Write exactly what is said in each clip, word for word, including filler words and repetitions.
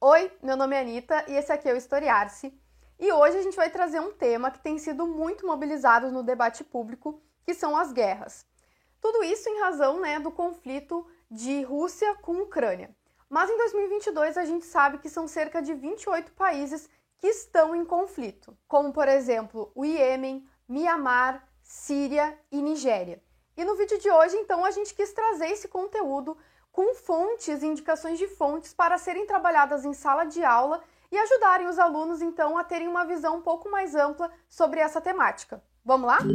Oi, meu nome é Anitta e esse aqui é o Historiar-se. E hoje a gente vai trazer um tema que tem sido muito mobilizado no debate público, que são as guerras. Tudo isso em razão, né, do conflito de Rússia com Ucrânia. Mas em dois mil e vinte e dois a gente sabe que são cerca de vinte e oito países que estão em conflito, como por exemplo o Iêmen, Mianmar, Síria e Nigéria. E no vídeo de hoje, então, a gente quis trazer esse conteúdo com fontes e indicações de fontes para serem trabalhadas em sala de aula e ajudarem os alunos, então, a terem uma visão um pouco mais ampla sobre essa temática. Vamos lá?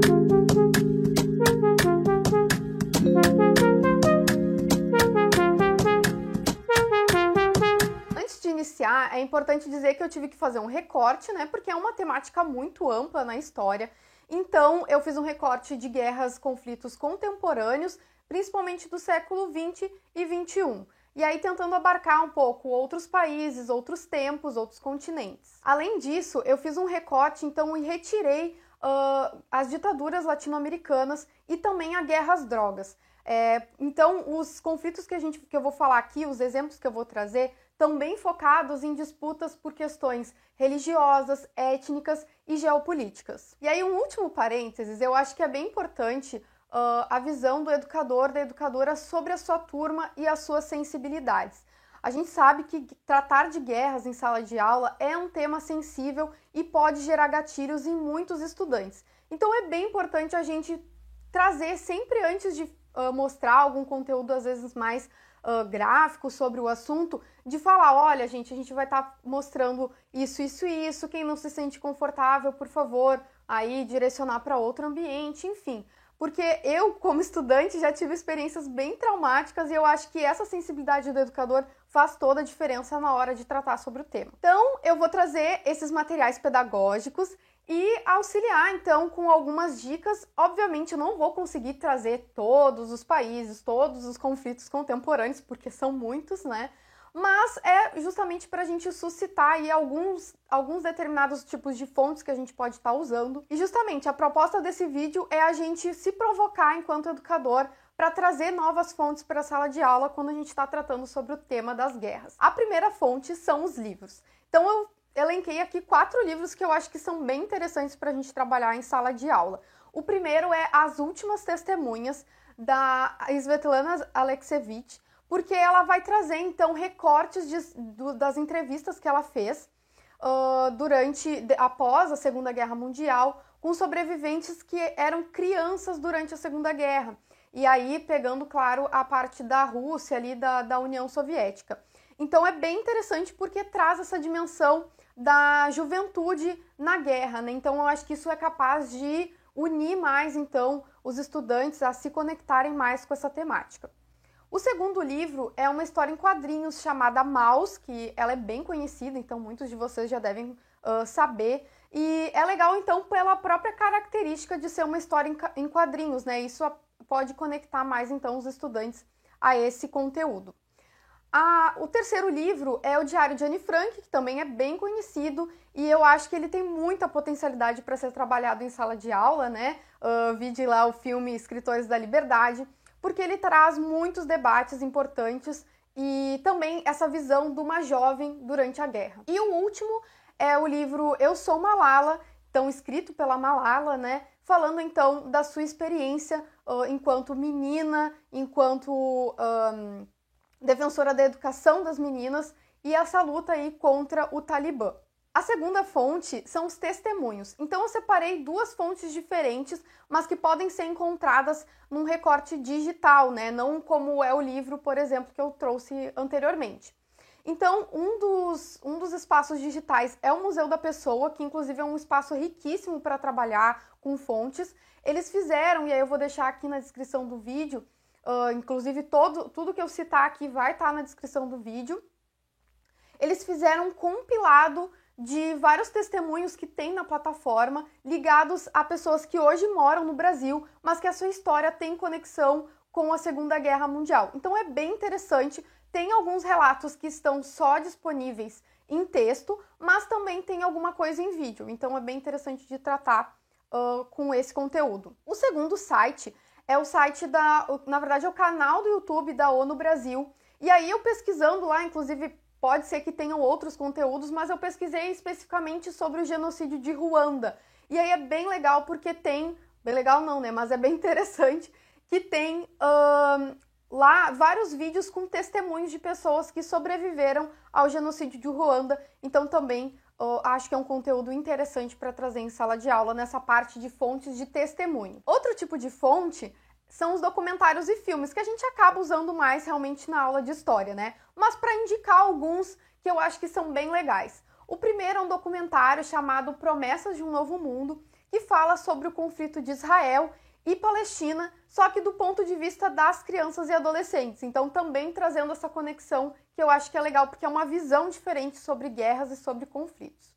Antes de iniciar, é importante dizer que eu tive que fazer um recorte, né, porque é uma temática muito ampla na história. Então, eu fiz um recorte de guerras, conflitos contemporâneos, principalmente do século vinte e vinte e um. E aí tentando abarcar um pouco outros países, outros tempos, outros continentes. Além disso, eu fiz um recorte, então, e retirei uh, as ditaduras latino-americanas e também a guerra às drogas. É, então, os conflitos que, a gente, que eu vou falar aqui, os exemplos que eu vou trazer, estão bem focados em disputas por questões religiosas, étnicas e geopolíticas. E aí, um último parênteses, eu acho que é bem importante Uh, a visão do educador, da educadora sobre a sua turma e as suas sensibilidades. A gente sabe que tratar de guerras em sala de aula é um tema sensível e pode gerar gatilhos em muitos estudantes. Então é bem importante a gente trazer sempre antes de uh, mostrar algum conteúdo às vezes mais uh, gráfico sobre o assunto, de falar, olha gente, a gente vai estar tá mostrando isso, isso e isso, quem não se sente confortável, por favor, aí direcionar para outro ambiente, enfim. Porque eu, como estudante, já tive experiências bem traumáticas e eu acho que essa sensibilidade do educador faz toda a diferença na hora de tratar sobre o tema. Então, eu vou trazer esses materiais pedagógicos e auxiliar, então, com algumas dicas. Obviamente, eu não vou conseguir trazer todos os países, todos os conflitos contemporâneos, porque são muitos, né? Mas é justamente para a gente suscitar aí alguns, alguns determinados tipos de fontes que a gente pode estar usando. E justamente a proposta desse vídeo é a gente se provocar enquanto educador para trazer novas fontes para a sala de aula quando a gente está tratando sobre o tema das guerras. A primeira fonte são os livros. Então eu elenquei aqui quatro livros que eu acho que são bem interessantes para a gente trabalhar em sala de aula. O primeiro é As Últimas Testemunhas, da Svetlana Alexievich, porque ela vai trazer, então, recortes de, do, das entrevistas que ela fez uh, durante, de, após a Segunda Guerra Mundial, com sobreviventes que eram crianças durante a Segunda Guerra. E aí, pegando, claro, a parte da Rússia, ali, da, da União Soviética. Então, é bem interessante porque traz essa dimensão da juventude na guerra, né? Então, eu acho que isso é capaz de unir mais, então, os estudantes a se conectarem mais com essa temática. O segundo livro é uma história em quadrinhos chamada Maus, que ela é bem conhecida, então muitos de vocês já devem uh, saber. E é legal, então, pela própria característica de ser uma história em quadrinhos, né? Isso pode conectar mais, então, os estudantes a esse conteúdo. Ah, o terceiro livro é o Diário de Anne Frank, que também é bem conhecido, e eu acho que ele tem muita potencialidade para ser trabalhado em sala de aula, né? Uh, vide lá o filme Escritores da Liberdade, porque ele traz muitos debates importantes e também essa visão de uma jovem durante a guerra. E o último é o livro Eu Sou Malala, então escrito pela Malala, né? Falando então da sua experiência uh, enquanto menina, enquanto um, defensora da educação das meninas e essa luta aí contra o Talibã. A segunda fonte são os testemunhos. Então eu separei duas fontes diferentes, mas que podem ser encontradas num recorte digital, né? Não como é o livro, por exemplo, que eu trouxe anteriormente. Então, um dos, um dos espaços digitais é o Museu da Pessoa, que inclusive é um espaço riquíssimo para trabalhar com fontes. Eles fizeram, e aí eu vou deixar aqui na descrição do vídeo, uh, inclusive todo, tudo que eu citar aqui vai estar na descrição do vídeo. Eles fizeram um compilado de vários testemunhos que tem na plataforma ligados a pessoas que hoje moram no Brasil, mas que a sua história tem conexão com a Segunda Guerra Mundial. Então é bem interessante, tem alguns relatos que estão só disponíveis em texto, mas também tem alguma coisa em vídeo, então é bem interessante de tratar uh, com esse conteúdo. O segundo site é o site da, na verdade é o canal do YouTube da ONU Brasil, e aí eu pesquisando lá, inclusive pode ser que tenham outros conteúdos, mas eu pesquisei especificamente sobre o genocídio de Ruanda. E aí é bem legal porque tem, bem legal não, né, mas é bem interessante, que tem uh, lá vários vídeos com testemunhos de pessoas que sobreviveram ao genocídio de Ruanda, então também uh, acho que é um conteúdo interessante para trazer em sala de aula nessa parte de fontes de testemunho. Outro tipo de fonte são os documentários e filmes, que a gente acaba usando mais realmente na aula de história, né? Mas para indicar alguns que eu acho que são bem legais. O primeiro é um documentário chamado Promessas de um Novo Mundo, que fala sobre o conflito de Israel e Palestina, só que do ponto de vista das crianças e adolescentes. Então também trazendo essa conexão que eu acho que é legal, porque é uma visão diferente sobre guerras e sobre conflitos.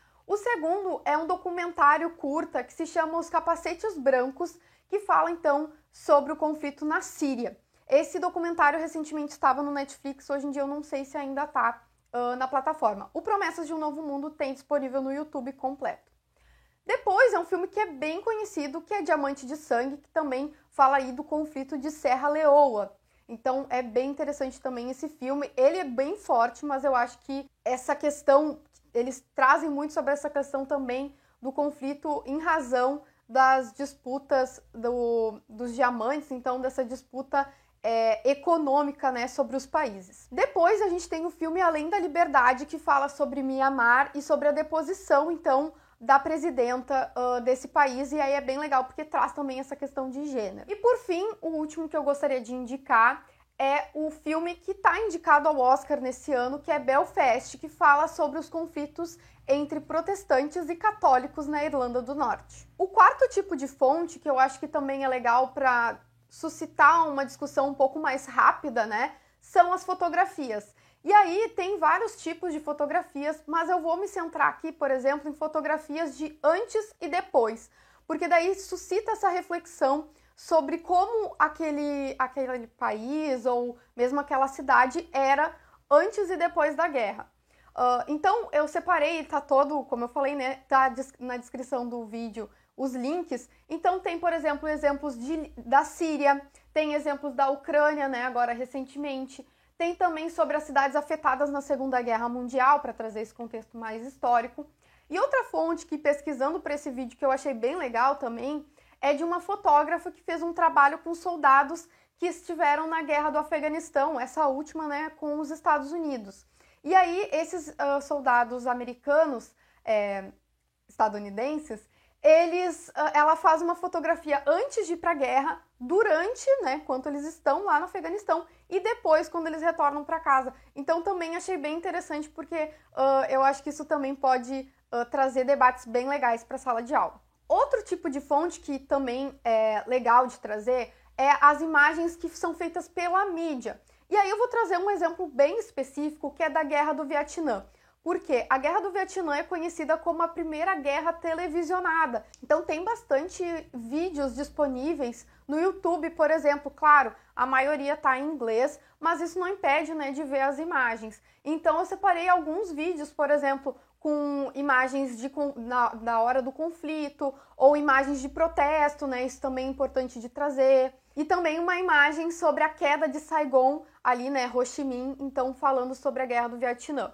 O segundo é um documentário curta que se chama Os Capacetes Brancos, que fala então sobre o conflito na Síria. Esse documentário recentemente estava no Netflix, hoje em dia eu não sei se ainda está uh, na plataforma. O Promessas de um Novo Mundo tem disponível no YouTube completo. Depois é um filme que é bem conhecido, que é Diamante de Sangue, que também fala aí do conflito de Serra Leoa. Então é bem interessante também esse filme. Ele é bem forte, mas eu acho que essa questão, eles trazem muito sobre essa questão também do conflito em razão das disputas do, dos diamantes, então dessa disputa é, econômica, né, sobre os países. Depois a gente tem o filme Além da Liberdade, que fala sobre Mianmar e sobre a deposição, então, da presidenta uh, desse país, e aí é bem legal porque traz também essa questão de gênero. E por fim, o último que eu gostaria de indicar é o filme que está indicado ao Oscar nesse ano, que é Belfast, que fala sobre os conflitos entre protestantes e católicos na Irlanda do Norte. O quarto tipo de fonte, que eu acho que também é legal para suscitar uma discussão um pouco mais rápida, né, são as fotografias. E aí tem vários tipos de fotografias, mas eu vou me centrar aqui, por exemplo, em fotografias de antes e depois, porque daí suscita essa reflexão sobre como aquele, aquele país ou mesmo aquela cidade era antes e depois da guerra. Uh, então eu separei, tá todo, como eu falei, né, tá na descrição do vídeo os links. Então tem, por exemplo, exemplos de, da Síria, tem exemplos da Ucrânia, né, agora recentemente. Tem também sobre as cidades afetadas na Segunda Guerra Mundial, para trazer esse contexto mais histórico. E outra fonte que, pesquisando para esse vídeo, que eu achei bem legal também, é de uma fotógrafa que fez um trabalho com soldados que estiveram na Guerra do Afeganistão, essa última, né, com os Estados Unidos. E aí, esses uh, soldados americanos, é, estadunidenses, eles, uh, ela faz uma fotografia antes de ir para a guerra, durante, né, enquanto eles estão lá no Afeganistão, e depois, quando eles retornam para casa. Então, também achei bem interessante, porque uh, eu acho que isso também pode uh, trazer debates bem legais para a sala de aula. Outro tipo de fonte que também é legal de trazer é as imagens que são feitas pela mídia. E aí eu vou trazer um exemplo bem específico, que é da Guerra do Vietnã. Porque a Guerra do Vietnã é conhecida como a primeira guerra televisionada. Então tem bastante vídeos disponíveis no YouTube, por exemplo. Claro, a maioria está em inglês, mas isso não impede, né, de ver as imagens. Então eu separei alguns vídeos, por exemplo, com imagens de, na, na hora do conflito, ou imagens de protesto, né? Isso também é importante de trazer. E também uma imagem sobre a queda de Saigon, ali, né, Ho Chi Minh, então falando sobre a Guerra do Vietnã.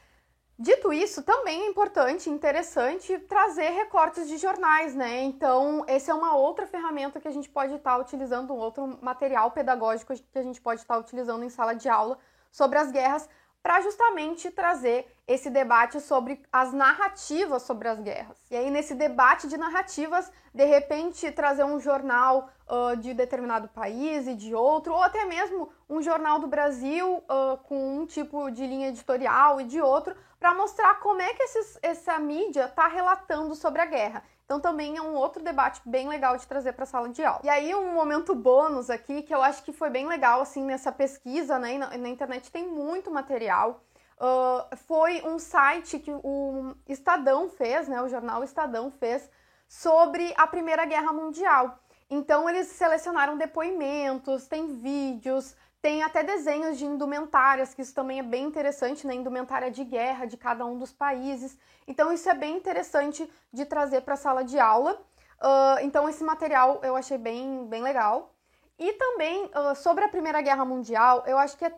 Dito isso, também é importante e interessante trazer recortes de jornais, né? Então, essa é uma outra ferramenta que a gente pode estar utilizando, um outro material pedagógico que a gente pode estar utilizando em sala de aula sobre as guerras, para justamente trazer esse debate sobre as narrativas sobre as guerras. E aí, nesse debate de narrativas, de repente, trazer um jornal uh, de determinado país e de outro, ou até mesmo um jornal do Brasil uh, com um tipo de linha editorial e de outro, para mostrar como é que esses, essa mídia está relatando sobre a guerra. Então também é um outro debate bem legal de trazer para a sala de aula. E aí um momento bônus aqui, que eu acho que foi bem legal assim nessa pesquisa, né? Na, na internet tem muito material. Uh, foi um site que o Estadão fez, né? O jornal Estadão fez sobre a Primeira Guerra Mundial. Então eles selecionaram depoimentos, tem vídeos, tem até desenhos de indumentárias, que isso também é bem interessante, né? Indumentária de guerra de cada um dos países. Então isso é bem interessante de trazer para a sala de aula. Uh, então esse material eu achei bem, bem legal. E também uh, sobre a Primeira Guerra Mundial, eu acho que é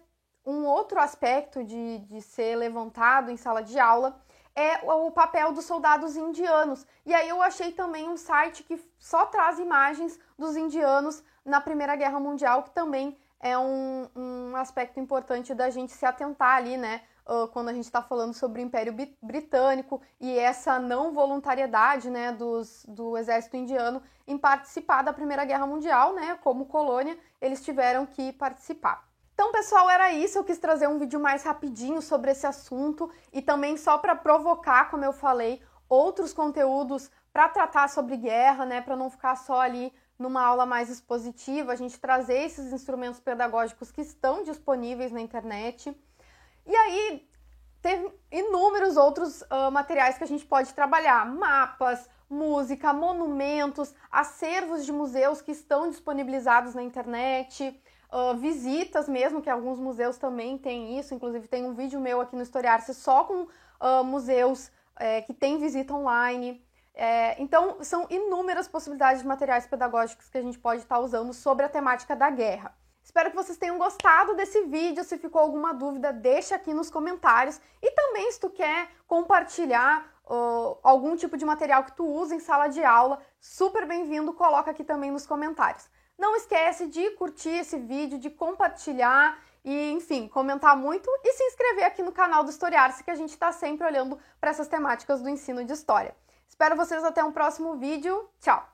Um outro aspecto de, de ser levantado em sala de aula é o papel dos soldados indianos. E aí eu achei também um site que só traz imagens dos indianos na Primeira Guerra Mundial, que também é um, um aspecto importante da gente se atentar ali, né? Uh, quando a gente está falando sobre o Império Britânico e essa não voluntariedade, né, dos, do exército indiano em participar da Primeira Guerra Mundial, né? Como colônia, eles tiveram que participar. Então, pessoal, era isso. Eu quis trazer um vídeo mais rapidinho sobre esse assunto e também só para provocar, como eu falei, outros conteúdos para tratar sobre guerra, né? Para não ficar só ali numa aula mais expositiva, a gente trazer esses instrumentos pedagógicos que estão disponíveis na internet. E aí, tem inúmeros outros uh, materiais que a gente pode trabalhar. Mapas, música, monumentos, acervos de museus que estão disponibilizados na internet. Uh, visitas mesmo, que alguns museus também têm isso, inclusive tem um vídeo meu aqui no Historiar-se só com uh, museus é, que tem visita online. É, então, são inúmeras possibilidades de materiais pedagógicos que a gente pode estar usando sobre a temática da guerra. Espero que vocês tenham gostado desse vídeo. Se ficou alguma dúvida, deixa aqui nos comentários. E também, se tu quer compartilhar uh, algum tipo de material que tu usa em sala de aula, super bem-vindo, coloca aqui também nos comentários. Não esquece de curtir esse vídeo, de compartilhar e, enfim, comentar muito e se inscrever aqui no canal do Historiar-se, que a gente está sempre olhando para essas temáticas do ensino de história. Espero vocês até um próximo vídeo. Tchau!